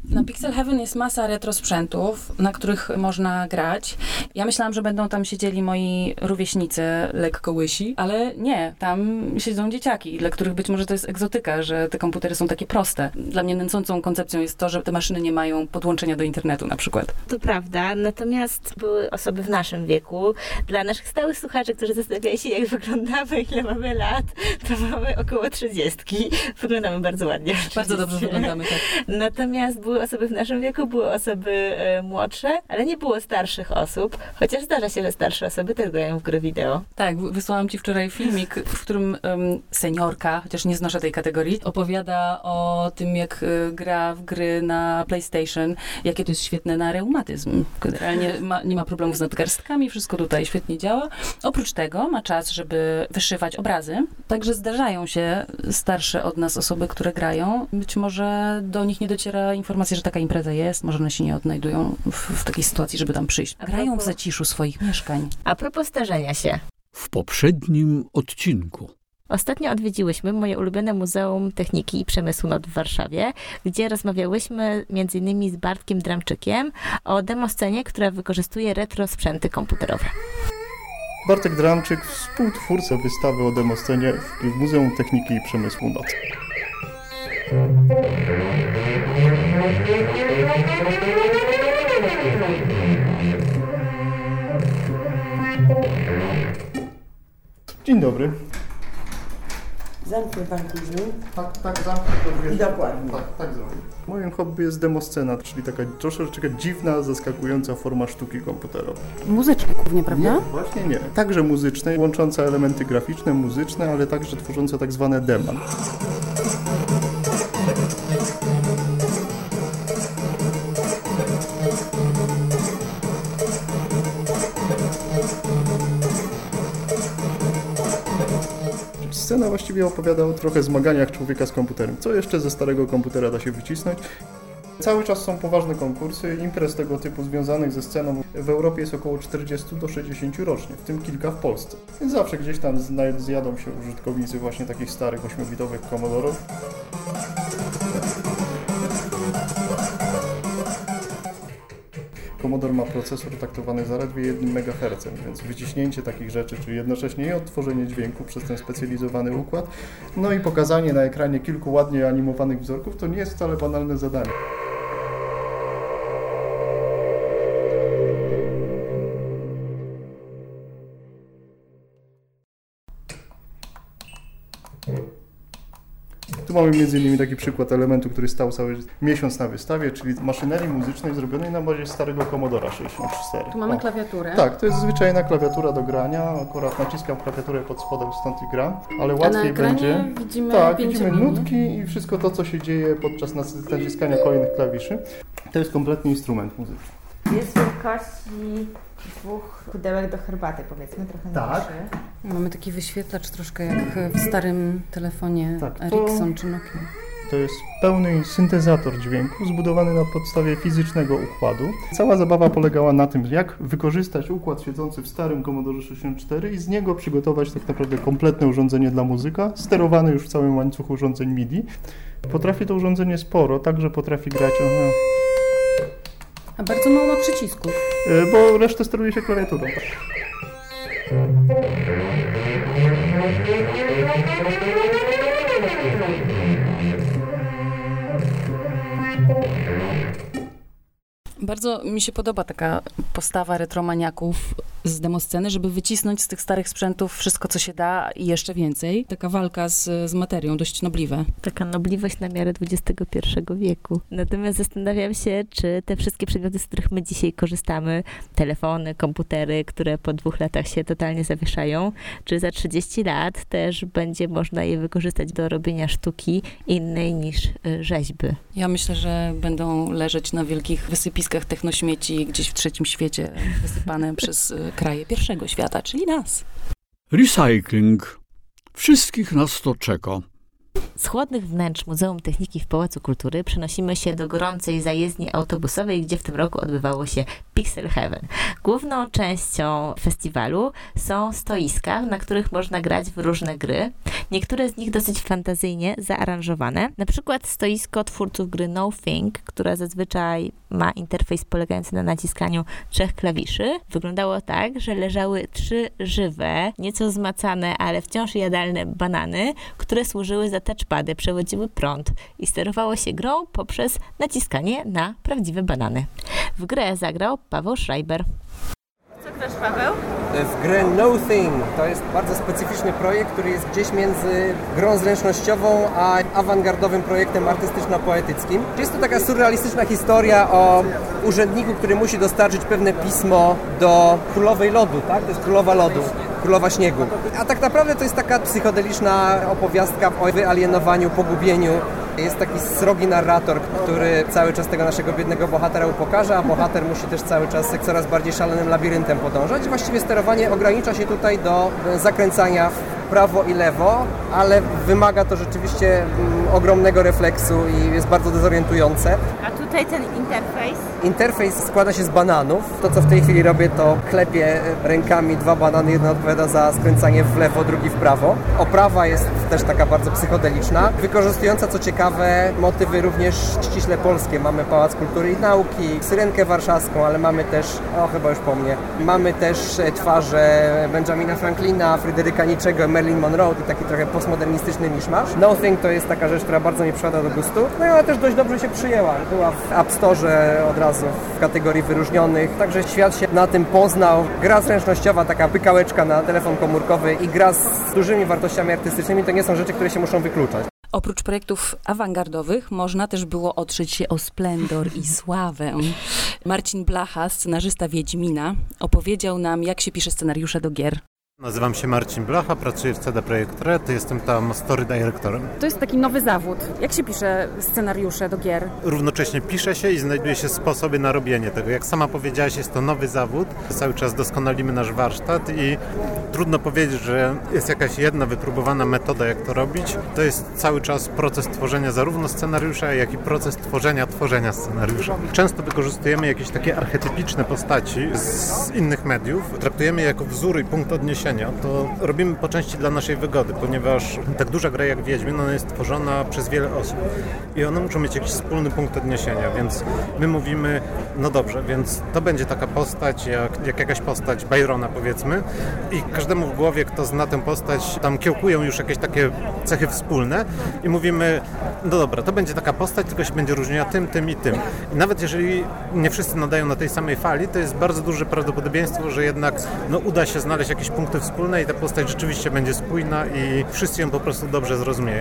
Na Pixel Heaven jest masa retro sprzętów, na których można grać. Ja myślałam, że będą tam siedzieli moi rówieśnicy lekko łysi, ale nie. Tam siedzą dzieciaki, dla których być może to jest egzotyka, że te komputery są takie proste. Dla mnie nęcącą koncepcją jest to, że te maszyny nie mają podłączenia do internetu na przykład. To prawda, natomiast były osoby w naszym wieku. Dla naszych stałych słuchaczy, którzy zastanawiają się, jak wyglądamy, ile mamy lat, to mamy około 30. Wyglądamy bardzo ładnie. Bardzo dobrze wyglądamy, tak. Natomiast były osoby w naszym wieku, były osoby młodsze, ale nie było starszych osób, chociaż zdarza się, że starsze osoby też grają w gry wideo. Tak, wysłałam ci wczoraj filmik, w którym seniorka, chociaż nie znoszę tej kategorii, opowiada o tym, jak gra w gry na PlayStation, jakie to jest świetne na reumatyzm. Generalnie nie ma problemów z nadgarstkami, wszystko tutaj świetnie działa. Oprócz tego ma czas, żeby wyszywać obrazy. Także zdarzają się starsze od nas osoby, które grają. Być może do nich nie dociera informacja, że taka impreza jest, może one się nie odnajdują w takiej sytuacji, żeby tam przyjść. Grają w zaciszu swoich mieszkań. A propos starzenia się. W poprzednim odcinku. Ostatnio odwiedziłyśmy moje ulubione Muzeum Techniki i Przemysłu NOT w Warszawie, gdzie rozmawiałyśmy m.in. z Bartkiem Dramczykiem o demoscenie, która wykorzystuje retro sprzęty komputerowe. Bartek Dramczyk, współtwórca wystawy o demoscenie w Muzeum Techniki i Przemysłu NOT. Dzień dobry. Zamknij pan drzwi. Tak, zamknij to. Dokładnie. Tak zrobię. Moim hobby jest demoscena, czyli taka troszeczkę dziwna, zaskakująca forma sztuki komputerowej. Muzyczne głównie, prawda? Nie, właśnie nie. Także muzycznej, łącząca elementy graficzne, muzyczne, ale także tworząca tak zwane dema. Scena właściwie opowiada o trochę zmaganiach człowieka z komputerem. Co jeszcze ze starego komputera da się wycisnąć? Cały czas są poważne konkursy, imprez tego typu związanych ze sceną. W Europie jest około 40 do 60 rocznie, w tym kilka w Polsce. Więc zawsze gdzieś tam zjadą się użytkownicy właśnie takich starych 8-bitowych Commodorów. Commodore ma procesor taktowany zaledwie 1 MHz, więc wyciśnięcie takich rzeczy, czyli jednocześnie i odtworzenie dźwięku przez ten specjalizowany układ, no i pokazanie na ekranie kilku ładnie animowanych wzorków, to nie jest wcale banalne zadanie. Tu mamy m.in. taki przykład elementu, który stał cały miesiąc na wystawie, czyli maszynerii muzycznej zrobionej na bazie starego Commodora 64. Tu mamy klawiaturę. Tak, to jest zwyczajna klawiatura do grania. Akurat naciskam klawiaturę pod spodem, stąd i gram, ale łatwiej będzie. Widzimy widzimy nutki i wszystko to, co się dzieje podczas naciskania kolejnych klawiszy. To jest kompletny instrument muzyczny. Jest wielkości 2 pudełek do herbaty, powiedzmy, trochę mniejszy. Mamy taki wyświetlacz troszkę jak w starym telefonie Ericsson czy Nokia. To jest pełny syntezator dźwięku zbudowany na podstawie fizycznego układu. Cała zabawa polegała na tym, jak wykorzystać układ siedzący w starym Commodore 64 i z niego przygotować tak naprawdę kompletne urządzenie dla muzyka, sterowane już w całym łańcuchu urządzeń MIDI. Potrafi to urządzenie sporo, także potrafi grać... A bardzo mało ma przycisków. Bo resztę steruje się klawiaturą. Bardzo mi się podoba taka postawa retromaniaków z demosceny, żeby wycisnąć z tych starych sprzętów wszystko, co się da i jeszcze więcej. Taka walka z materią, dość nobliwa. Taka nobliwość na miarę XXI wieku. Natomiast zastanawiam się, czy te wszystkie przedmioty, z których my dzisiaj korzystamy, telefony, komputery, które po 2 latach się totalnie zawieszają, czy za 30 lat też będzie można je wykorzystać do robienia sztuki innej niż rzeźby. Ja myślę, że będą leżeć na wielkich wysypiskach technośmieci gdzieś w trzecim świecie, wysypane przez kraje pierwszego świata, czyli nas. Recycling. Wszystkich nas to czeka. Z chłodnych wnętrz Muzeum Techniki w Pałacu Kultury przenosimy się do gorącej zajezdni autobusowej, gdzie w tym roku odbywało się Pixel Heaven. Główną częścią festiwalu są stoiska, na których można grać w różne gry. Niektóre z nich dosyć fantazyjnie zaaranżowane. Na przykład stoisko twórców gry Nothing, która zazwyczaj ma interfejs polegający na naciskaniu 3 klawiszy. Wyglądało tak, że leżały 3 żywe, nieco zmacane, ale wciąż jadalne banany, które służyły za touchpady, przewodziły prąd i sterowało się grą poprzez naciskanie na prawdziwe banany. W grę zagrał Paweł Schreiber. Co grasz, Paweł? W grę Nothing. To jest bardzo specyficzny projekt, który jest gdzieś między grą zręcznościową a awangardowym projektem artystyczno-poetyckim. Jest to taka surrealistyczna historia o urzędniku, który musi dostarczyć pewne pismo do królowej lodu, tak? To jest królowa lodu, królowa śniegu. A tak naprawdę to jest taka psychodeliczna opowiastka o wyalienowaniu, pogubieniu. Jest taki srogi narrator, który cały czas tego naszego biednego bohatera upokarza, a bohater musi też cały czas coraz bardziej szalonym labiryntem podążać. Właściwie sterowanie ogranicza się tutaj do zakręcania w prawo i lewo, ale wymaga to rzeczywiście ogromnego refleksu i jest bardzo dezorientujące. A tutaj ten interfejs? Interfejs składa się z bananów. To, co w tej chwili robię, to klepię rękami 2 banany. Jeden odpowiada za skręcanie w lewo, drugi w prawo. Oprawa jest też taka bardzo psychodeliczna, wykorzystująca, co ciekawe, motywy również ściśle polskie. Mamy Pałac Kultury i Nauki, Syrenkę Warszawską, ale mamy też, chyba już po mnie, mamy też twarze Benjamina Franklina, Fryderyka Nietzschego, Marilyn Monroe i taki trochę postmodernistyczny miszmasz. Nothing to jest taka rzecz, która bardzo mi przypada do gustu. No i ona też dość dobrze się przyjęła. Była w App Store od razu w kategorii wyróżnionych, także świat się na tym poznał. Gra zręcznościowa, taka pykałeczka na telefon komórkowy i gra z dużymi wartościami artystycznymi to nie są rzeczy, które się muszą wykluczać. Oprócz projektów awangardowych można też było otrzeć się o splendor i sławę. Marcin Blacha, scenarzysta Wiedźmina, opowiedział nam, jak się pisze scenariusze do gier. Nazywam się Marcin Blacha, pracuję w CD Projekt Red, jestem tam story directorem. To jest taki nowy zawód. Jak się pisze scenariusze do gier? Równocześnie pisze się i znajduje się sposoby na robienie tego. Jak sama powiedziałaś, jest to nowy zawód. Cały czas doskonalimy nasz warsztat i trudno powiedzieć, że jest jakaś jedna wypróbowana metoda, jak to robić. To jest cały czas proces tworzenia zarówno scenariusza, jak i proces tworzenia scenariusza. Często wykorzystujemy jakieś takie archetypiczne postaci z innych mediów. Traktujemy je jako wzór i punkt odniesienia. To robimy po części dla naszej wygody, ponieważ tak duża gra jak Wiedźmin, ona jest tworzona przez wiele osób i one muszą mieć jakiś wspólny punkt odniesienia, więc my mówimy, no dobrze, więc to będzie taka postać jak jakaś postać Byrona, powiedzmy, i każdemu w głowie, kto zna tę postać, tam kiełkują już jakieś takie cechy wspólne i mówimy, no dobra, to będzie taka postać, tylko się będzie różniła tym i tym. I nawet jeżeli nie wszyscy nadają na tej samej fali, to jest bardzo duże prawdopodobieństwo, że jednak uda się znaleźć jakieś punkty wspólne i ta postać rzeczywiście będzie spójna i wszyscy ją po prostu dobrze zrozumieją.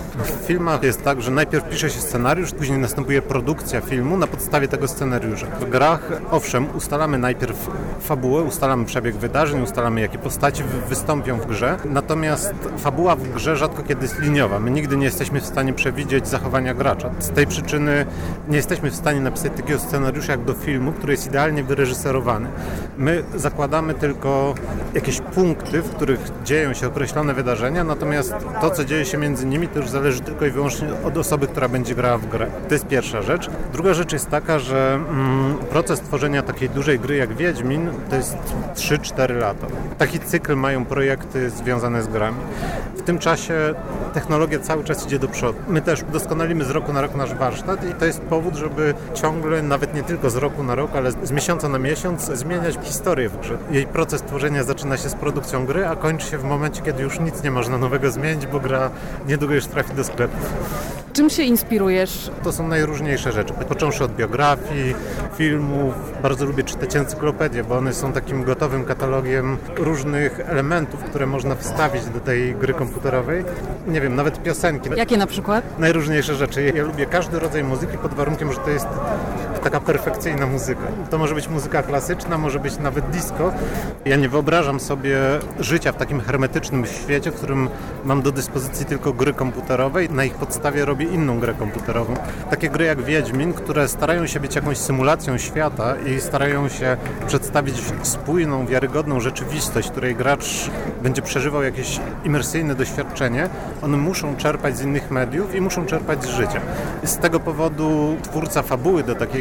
W filmach jest tak, że najpierw pisze się scenariusz, później następuje produkcja filmu na podstawie tego scenariusza. W grach, owszem, ustalamy najpierw fabułę, ustalamy przebieg wydarzeń, ustalamy, jakie postaci wystąpią w grze, natomiast fabuła w grze rzadko kiedy jest liniowa. My nigdy nie jesteśmy w stanie przewidzieć zachowania gracza. Z tej przyczyny nie jesteśmy w stanie napisać takiego scenariusza jak do filmu, który jest idealnie wyreżyserowany. My zakładamy tylko jakieś punkty, w których dzieją się określone wydarzenia, natomiast to, co dzieje się między nimi, to już zależy tylko i wyłącznie od osoby, która będzie grała w grę. To jest pierwsza rzecz. Druga rzecz jest taka, że proces tworzenia takiej dużej gry jak Wiedźmin to jest 3-4 lata. Taki cykl mają projekty związane z grami. W tym czasie technologia cały czas idzie do przodu. My też doskonalimy z roku na rok nasz warsztat i to jest powód, żeby ciągle, nawet nie tylko z roku na rok, ale z miesiąca na miesiąc zmieniać historię w grze. Jej proces tworzenia zaczyna się z produkcją gry, a kończy się w momencie, kiedy już nic nie można nowego zmienić, bo gra niedługo już trafi do sklepów. Czym się inspirujesz? To są najróżniejsze rzeczy. Począwszy od biografii, filmów. Bardzo lubię czytać encyklopedię, bo one są takim gotowym katalogiem różnych elementów, które można wstawić do tej gry komputerowej. Nie wiem, nawet piosenki. Jakie na przykład? Najróżniejsze rzeczy. Ja lubię każdy rodzaj muzyki pod warunkiem, że to jest taka perfekcyjna muzyka. To może być muzyka klasyczna, może być nawet disco. Ja nie wyobrażam sobie życia w takim hermetycznym świecie, w którym mam do dyspozycji tylko gry komputerowe i na ich podstawie robię inną grę komputerową. Takie gry jak Wiedźmin, które starają się być jakąś symulacją świata i starają się przedstawić spójną, wiarygodną rzeczywistość, w której gracz będzie przeżywał jakieś imersyjne doświadczenie. One muszą czerpać z innych mediów i muszą czerpać z życia. Z tego powodu twórca fabuły do takiej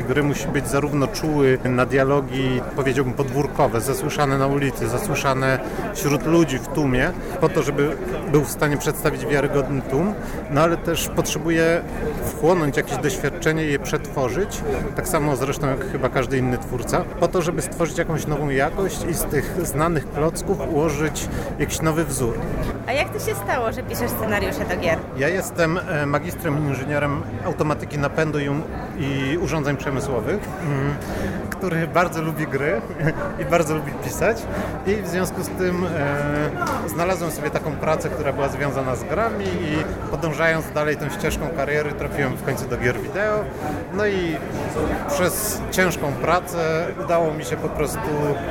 gry musi być zarówno czuły na dialogi, powiedziałbym, podwórkowe, zasłyszane na ulicy, zasłyszane wśród ludzi w tłumie, po to, żeby był w stanie przedstawić wiarygodny tłum, no ale też potrzebuje wchłonąć jakieś doświadczenie i je przetworzyć, tak samo zresztą jak chyba każdy inny twórca, po to, żeby stworzyć jakąś nową jakość i z tych znanych klocków ułożyć jakiś nowy wzór. A jak to się stało, że piszesz scenariusze do gier? Ja jestem magistrem inżynierem automatyki napędu i urządzeń przemysłowych, który bardzo lubi gry i bardzo lubi pisać i w związku z tym znalazłem sobie taką pracę, która była związana z grami i podążając dalej tą ścieżką kariery trafiłem w końcu do gier wideo. No i przez ciężką pracę udało mi się po prostu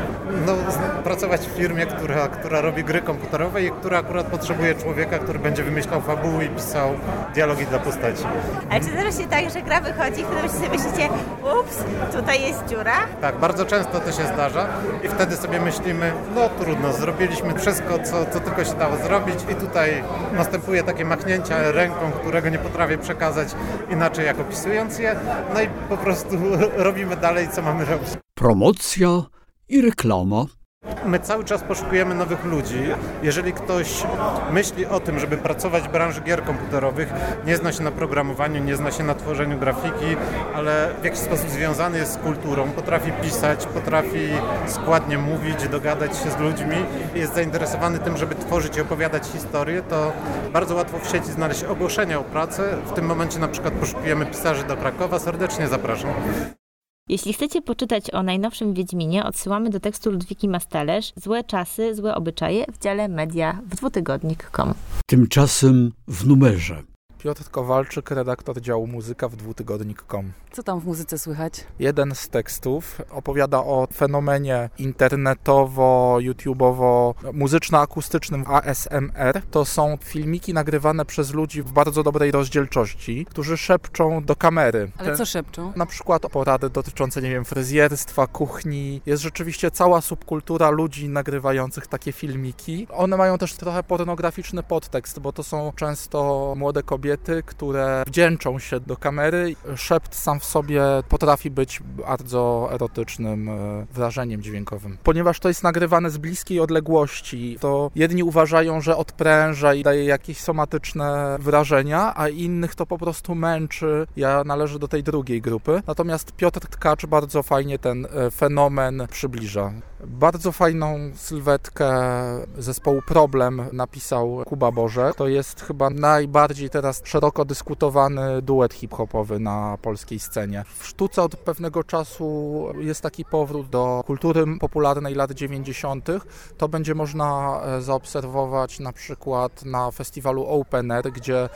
pracować w firmie, która robi gry komputerowe i która akurat potrzebuje człowieka, który będzie wymyślał fabuły i pisał dialogi dla postaci. Ale czy zdarza się tak, że gra wychodzi i wtedy sobie myślicie, ups, tutaj jest dziura? Tak, bardzo często to się zdarza i wtedy sobie myślimy, no trudno, zrobiliśmy wszystko, co tylko się dało zrobić i tutaj następuje takie machnięcie ręką, którego nie potrafię przekazać inaczej jak opisując je, no i po prostu robimy dalej, co mamy robić. Promocja i reklama. My cały czas poszukujemy nowych ludzi. Jeżeli ktoś myśli o tym, żeby pracować w branży gier komputerowych, nie zna się na programowaniu, nie zna się na tworzeniu grafiki, ale w jakiś sposób związany jest z kulturą, potrafi pisać, potrafi składnie mówić, dogadać się z ludźmi, jest zainteresowany tym, żeby tworzyć i opowiadać historię, to bardzo łatwo w sieci znaleźć ogłoszenia o pracę. W tym momencie na przykład poszukujemy pisarzy do Krakowa. Serdecznie zapraszam. Jeśli chcecie poczytać o najnowszym Wiedźminie, odsyłamy do tekstu Ludwiki Mastalerz Złe czasy, złe obyczaje w dziale media w dwutygodnik.com. Tymczasem w numerze. Piotr Kowalczyk, redaktor działu muzyka w dwutygodnik.com. Co tam w muzyce słychać? Jeden z tekstów opowiada o fenomenie internetowo-youtubowo-muzyczno-akustycznym ASMR. To są filmiki nagrywane przez ludzi w bardzo dobrej rozdzielczości, którzy szepczą do kamery. Ale co szepczą? Na przykład porady dotyczące, fryzjerstwa, kuchni. Jest rzeczywiście cała subkultura ludzi nagrywających takie filmiki. One mają też trochę pornograficzny podtekst, bo to są często młode kobiety, które wdzięczą się do kamery. Szept sam w sobie potrafi być bardzo erotycznym wrażeniem dźwiękowym. Ponieważ to jest nagrywane z bliskiej odległości, to jedni uważają, że odpręża i daje jakieś somatyczne wrażenia, a innych to po prostu męczy. Ja należę do tej drugiej grupy. Natomiast Piotr Tkacz bardzo fajnie ten fenomen przybliża. Bardzo fajną sylwetkę zespołu Problem napisał Kuba Bożek. To jest chyba najbardziej teraz szeroko dyskutowany duet hip-hopowy na polskiej scenie. W sztuce od pewnego czasu jest taki powrót do kultury popularnej lat 90. To będzie można zaobserwować na przykład na festiwalu Open Air, gdzie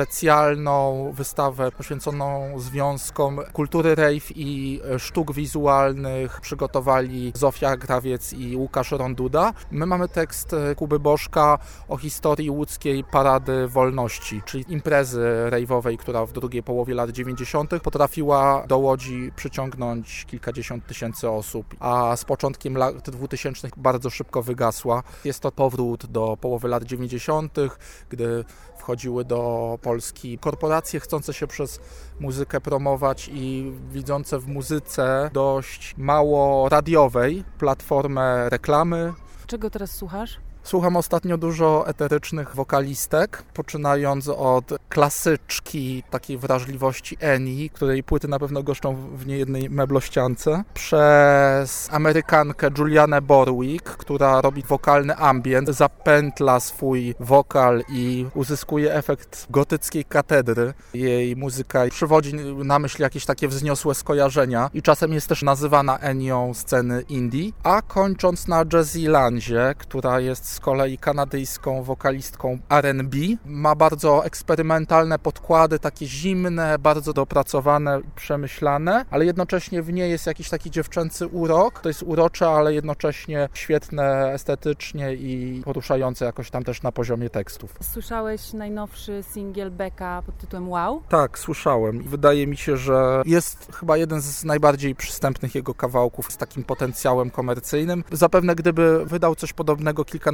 specjalną wystawę poświęconą związkom kultury rave i sztuk wizualnych przygotowali Zofia Grawiec i Łukasz Ronduda. My mamy tekst Kuby Bożka o historii łódzkiej Parady Wolności, czyli imprezy rave'owej, która w drugiej połowie lat 90. potrafiła do Łodzi przyciągnąć kilkadziesiąt tysięcy osób, a z początkiem lat 2000 bardzo szybko wygasła. Jest to powrót do połowy lat 90., gdy wchodziły do Polski korporacje chcące się przez muzykę promować i widzące w muzyce dość mało radiowej platformę reklamy. Czego teraz słuchasz? Słucham ostatnio dużo eterycznych wokalistek, poczynając od klasyczki takiej wrażliwości Eni, której płyty na pewno goszczą w niejednej meblościance, przez Amerykankę Julianę Borwick, która robi wokalny ambient, zapętla swój wokal i uzyskuje efekt gotyckiej katedry. Jej muzyka przywodzi na myśl jakieś takie wzniosłe skojarzenia i czasem jest też nazywana Enią sceny indie, a kończąc na Jazzylandzie, która jest z kolei kanadyjską wokalistką R&B. Ma bardzo eksperymentalne podkłady, takie zimne, bardzo dopracowane, przemyślane, ale jednocześnie w niej jest jakiś taki dziewczęcy urok. To jest urocze, ale jednocześnie świetne estetycznie i poruszające jakoś tam też na poziomie tekstów. Słyszałeś najnowszy singiel Becka pod tytułem Wow? Tak, słyszałem. Wydaje mi się, że jest chyba jeden z najbardziej przystępnych jego kawałków z takim potencjałem komercyjnym. Zapewne gdyby wydał coś podobnego kilkanaście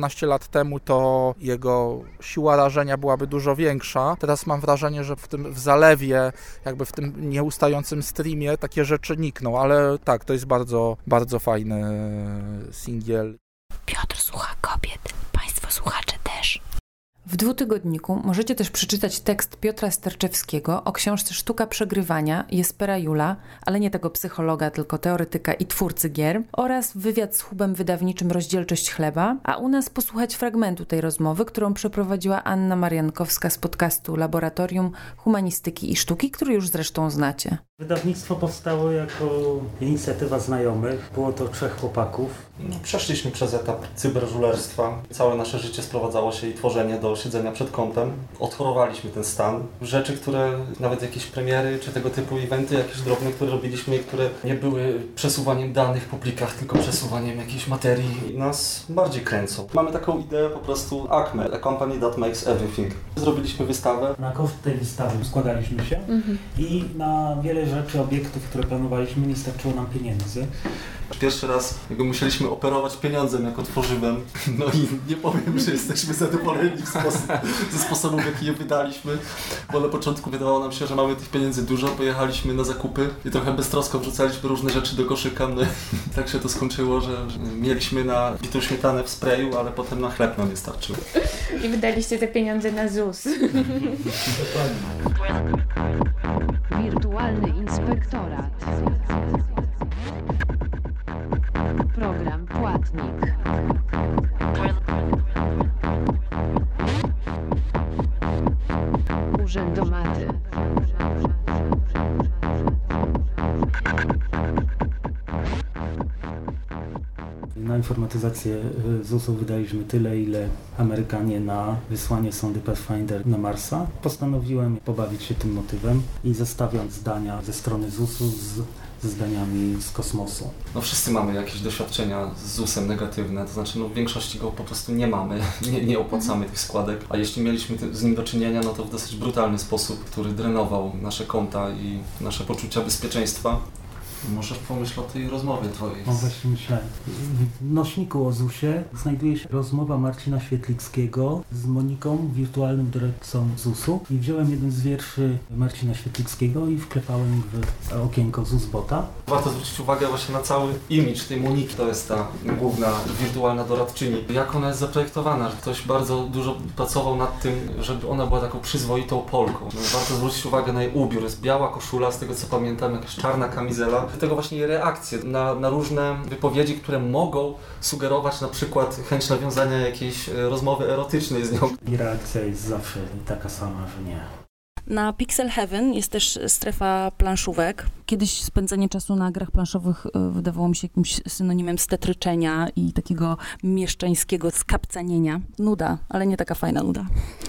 kilkanaście lat temu to jego siła rażenia byłaby dużo większa. Teraz mam wrażenie, że w zalewie, jakby w tym nieustającym streamie takie rzeczy nikną, ale tak, to jest bardzo, bardzo fajny singiel. Piotr słucha kobiet, państwo słuchacze też. W Dwutygodniku możecie też przeczytać tekst Piotra Sterczewskiego o książce Sztuka przegrywania Jespera Jula, ale nie tego psychologa, tylko teoretyka i twórcy gier, oraz wywiad z hubem wydawniczym Rozdzielczość chleba, a u nas posłuchać fragmentu tej rozmowy, którą przeprowadziła Anna Mariankowska z podcastu Laboratorium Humanistyki i Sztuki, który już zresztą znacie. Wydawnictwo powstało jako inicjatywa znajomych. Było to 3 chłopaków. Przeszliśmy przez etap cyberżulerstwa. Całe nasze życie sprowadzało się i tworzenie do siedzenia przed kompem. Odchorowaliśmy ten stan. Rzeczy, które nawet jakieś premiery czy tego typu eventy, jakieś drobne, które robiliśmy i które nie były przesuwaniem danych po plikach, tylko przesuwaniem jakiejś materii, nas bardziej kręcą. Mamy taką ideę po prostu Acme, a company that makes everything. Zrobiliśmy wystawę. Na koszt tej wystawy składaliśmy się i na wiele rzeczy, obiektów, które planowaliśmy, nie starczyło nam pieniędzy. Pierwszy raz musieliśmy operować pieniądzem jako tworzywem, no i nie powiem, że jesteśmy zadowoleni ze sposobu, w jaki je wydaliśmy, bo na początku wydawało nam się, że mamy tych pieniędzy dużo, pojechaliśmy na zakupy i trochę beztrosko wrzucaliśmy różne rzeczy do koszyka, no i tak się to skończyło, że mieliśmy na bitą śmietanę w sprayu, ale potem na chleb nam nie starczyło. I wydaliście te pieniądze na ZUS. Wirtualny inspektorat. Program płatnik. Urzędomaty. Na informatyzację ZUS-u wydaliśmy tyle, ile Amerykanie na wysłanie sondy Pathfinder na Marsa. Postanowiłem pobawić się tym motywem i zestawiać zdania ze strony ZUS-u ze zdaniami z kosmosu. No wszyscy mamy jakieś doświadczenia z ZUS-em negatywne, to znaczy w większości go po prostu nie mamy, nie opłacamy tych składek, a jeśli mieliśmy z nim do czynienia, no to w dosyć brutalny sposób, który drenował nasze konta i nasze poczucia bezpieczeństwa. Może pomyśl o tej rozmowie twojej. No właśnie myślę. W nośniku o ZUS-ie znajduje się rozmowa Marcina Świetlickiego z Moniką, wirtualnym dyrektorem ZUS-u, i wziąłem jeden z wierszy Marcina Świetlickiego i wklepałem w okienko ZUS-bota. Warto zwrócić uwagę właśnie na cały imidż tej Moniki. To jest ta główna wirtualna doradczyni. Jak ona jest zaprojektowana, że ktoś bardzo dużo pracował nad tym, żeby ona była taką przyzwoitą Polką. Warto zwrócić uwagę na jej ubiór. Jest biała koszula, z tego co pamiętam, jakaś czarna kamizela. Do tego właśnie jej reakcje na różne wypowiedzi, które mogą sugerować na przykład chęć nawiązania jakiejś rozmowy erotycznej z nią. I reakcja jest zawsze taka sama, że nie. Na Pixel Heaven jest też strefa planszówek. Kiedyś spędzenie czasu na grach planszowych wydawało mi się jakimś synonimem stetryczenia i takiego mieszczańskiego skapcanienia. Nuda, ale nie taka fajna nuda.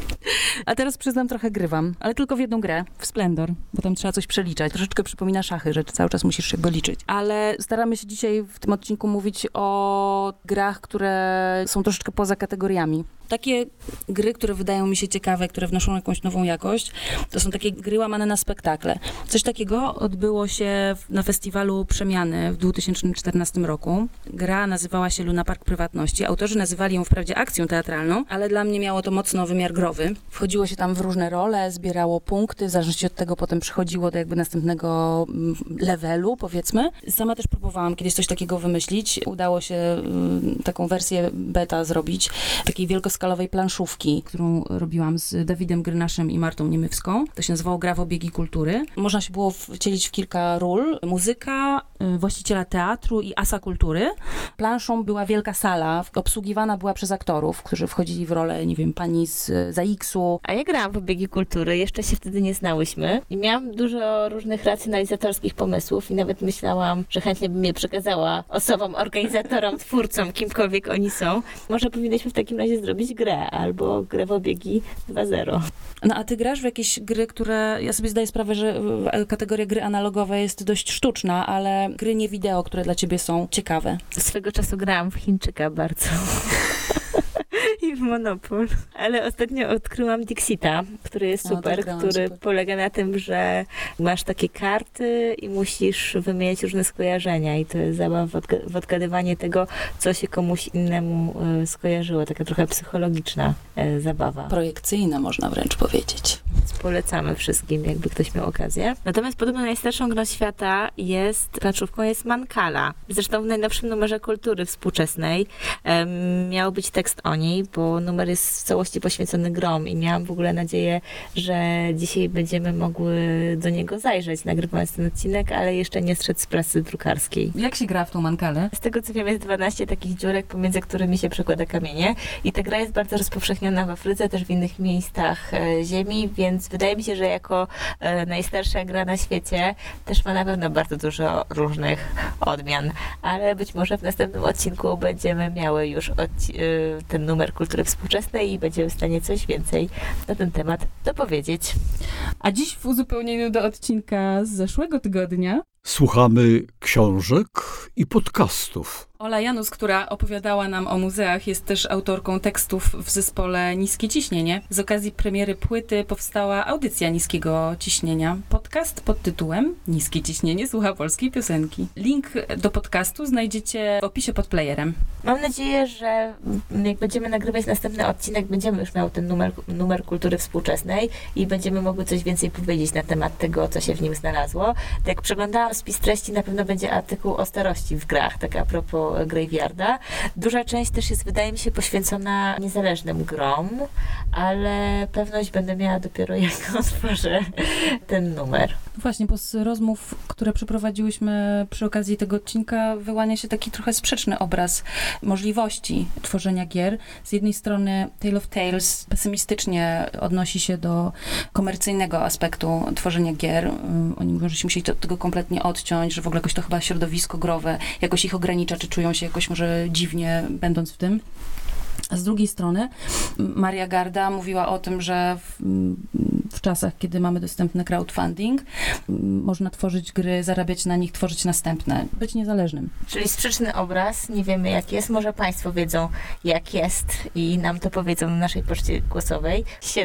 A teraz przyznam, trochę grywam, ale tylko w jedną grę, w Splendor, bo tam trzeba coś przeliczać. Troszeczkę przypomina szachy, że cały czas musisz jakby liczyć. Ale staramy się dzisiaj w tym odcinku mówić o grach, które są troszeczkę poza kategoriami. Takie gry, które wydają mi się ciekawe, które wnoszą jakąś nową jakość, to są takie gry łamane na spektakle. Coś takiego odbyło się na festiwalu Przemiany w 2014 roku. Gra nazywała się Luna Park Prywatności. Autorzy nazywali ją wprawdzie akcją teatralną, ale dla mnie miało to mocno wymiar growy. Wchodziło się tam w różne role, zbierało punkty, w zależności od tego potem przechodziło do jakby następnego levelu, powiedzmy. Sama też próbowałam kiedyś coś takiego wymyślić. Udało się taką wersję beta zrobić, takiej wielkoskalowej planszówki, którą robiłam z Dawidem Grynaszem i Martą Niemywską. To się nazywało Gra w obiegi kultury. Można się było wcielić w kilka ról. Muzyka, właściciela teatru i asa kultury. Planszą była wielka sala, obsługiwana była przez aktorów, którzy wchodzili w rolę, nie wiem, pani z ZAX-u. A ja grałam w obiegi kultury, jeszcze się wtedy nie znałyśmy i miałam dużo różnych racjonalizatorskich pomysłów i nawet myślałam, że chętnie bym je przekazała osobom, organizatorom, twórcom, kimkolwiek oni są. Może powinniśmy w takim razie zrobić grę albo grę w obiegi 2.0. No a ty grasz w jakieś gry, które, ja sobie zdaję sprawę, że kategoria gry analogowe jest dość sztuczna, ale gry nie wideo, które dla ciebie są ciekawe. Swego czasu grałam w Chińczyka bardzo. I Monopol. Ale ostatnio odkryłam Dixita, który jest super, który polega na tym, że masz takie karty i musisz wymieniać różne skojarzenia i to jest zabawa w odgadywanie tego, co się komuś innemu skojarzyło. Taka trochę psychologiczna zabawa. Projekcyjna, można wręcz powiedzieć. Więc polecamy wszystkim, jakby ktoś miał okazję. Natomiast podobno najstarszą grą świata planszówką jest Mancala. Zresztą w najnowszym numerze Kultury Współczesnej miał być tekst o niej, bo numer jest w całości poświęcony grom i miałam w ogóle nadzieję, że dzisiaj będziemy mogły do niego zajrzeć, nagrywając ten odcinek, ale jeszcze nie zszedł z prasy drukarskiej. Jak się gra w tą Mancalę? Z tego co wiem, jest 12 takich dziurek, pomiędzy którymi się przekłada kamienie i ta gra jest bardzo rozpowszechniona w Afryce, też w innych miejscach ziemi, więc wydaje mi się, że jako najstarsza gra na świecie też ma na pewno bardzo dużo różnych odmian, ale być może w następnym odcinku będziemy miały już ten numer Kultury Współczesnej i będziemy w stanie coś więcej na ten temat dopowiedzieć. A dziś w uzupełnieniu do odcinka z zeszłego tygodnia słuchamy książek i podcastów. Ola Janus, która opowiadała nam o muzeach, jest też autorką tekstów w zespole Niskie Ciśnienie. Z okazji premiery płyty powstała audycja Niskiego Ciśnienia. Podcast pod tytułem Niskie Ciśnienie słucha polskiej piosenki. Link do podcastu znajdziecie w opisie pod playerem. Mam nadzieję, że jak będziemy nagrywać następny odcinek, będziemy już miał ten numer Kultury Współczesnej i będziemy mogły coś więcej powiedzieć na temat tego, co się w nim znalazło. Jak przeglądałam spis treści, na pewno będzie artykuł o starości w grach, tak a propos Graveyarda. Duża część też jest, wydaje mi się, poświęcona niezależnym grom, ale pewność będę miała dopiero jak otworzę ten numer. Właśnie, bo z rozmów, które przeprowadziłyśmy przy okazji tego odcinka, wyłania się taki trochę sprzeczny obraz możliwości tworzenia gier. Z jednej strony Tale of Tales pesymistycznie odnosi się do komercyjnego aspektu tworzenia gier. Oni mówią, że się musieli od tego kompletnie odciąć, że w ogóle jakoś to chyba środowisko growe jakoś ich ogranicza, czy czują się jakoś może dziwnie będąc w tym. A z drugiej strony Maria Garda mówiła o tym, że w czasach, kiedy mamy dostępny crowdfunding, można tworzyć gry, zarabiać na nich, tworzyć następne, być niezależnym. Czyli sprzeczny obraz, nie wiemy jak jest, może Państwo wiedzą jak jest i nam to powiedzą na naszej poczcie głosowej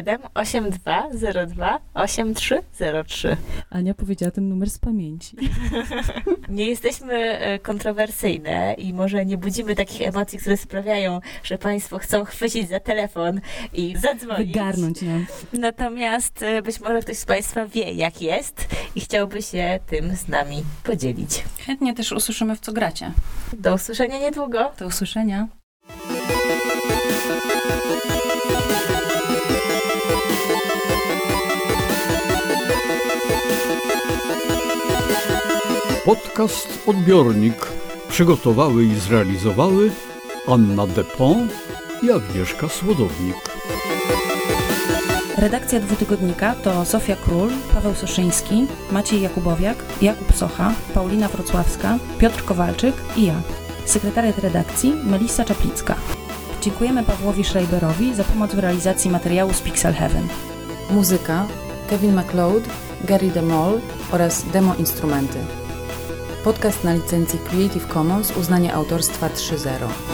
782028303. Ania powiedziała ten numer z pamięci. Nie jesteśmy kontrowersyjne i może nie budzimy takich emocji, które sprawiają, że Państwo chcą chwycić za telefon i zadzwonić. Wygarnąć nam. Natomiast być może ktoś z Państwa wie, jak jest i chciałby się tym z nami podzielić. Chętnie też usłyszymy, w co gracie. Do usłyszenia niedługo. Do usłyszenia. Podcast Odbiornik przygotowały i zrealizowały Anna Depont i Agnieszka Słodownik. Redakcja Dwutygodnika to Zofia Król, Paweł Soszyński, Maciej Jakubowiak, Jakub Socha, Paulina Wrocławska, Piotr Kowalczyk i ja. Sekretariat redakcji Melissa Czaplicka. Dziękujemy Pawłowi Schreiberowi za pomoc w realizacji materiału z Pixel Heaven. Muzyka Kevin MacLeod, Gary DeMol oraz Demo Instrumenty. Podcast na licencji Creative Commons uznanie autorstwa 3.0.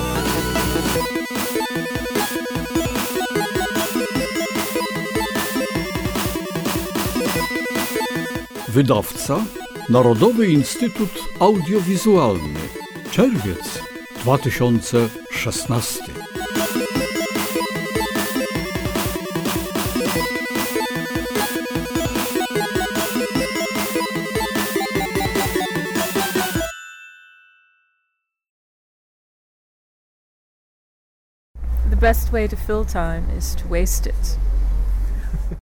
Wydawca Narodowy Instytut Audiowizualny. Czerwiec 2016. The best way to fill time is to waste it.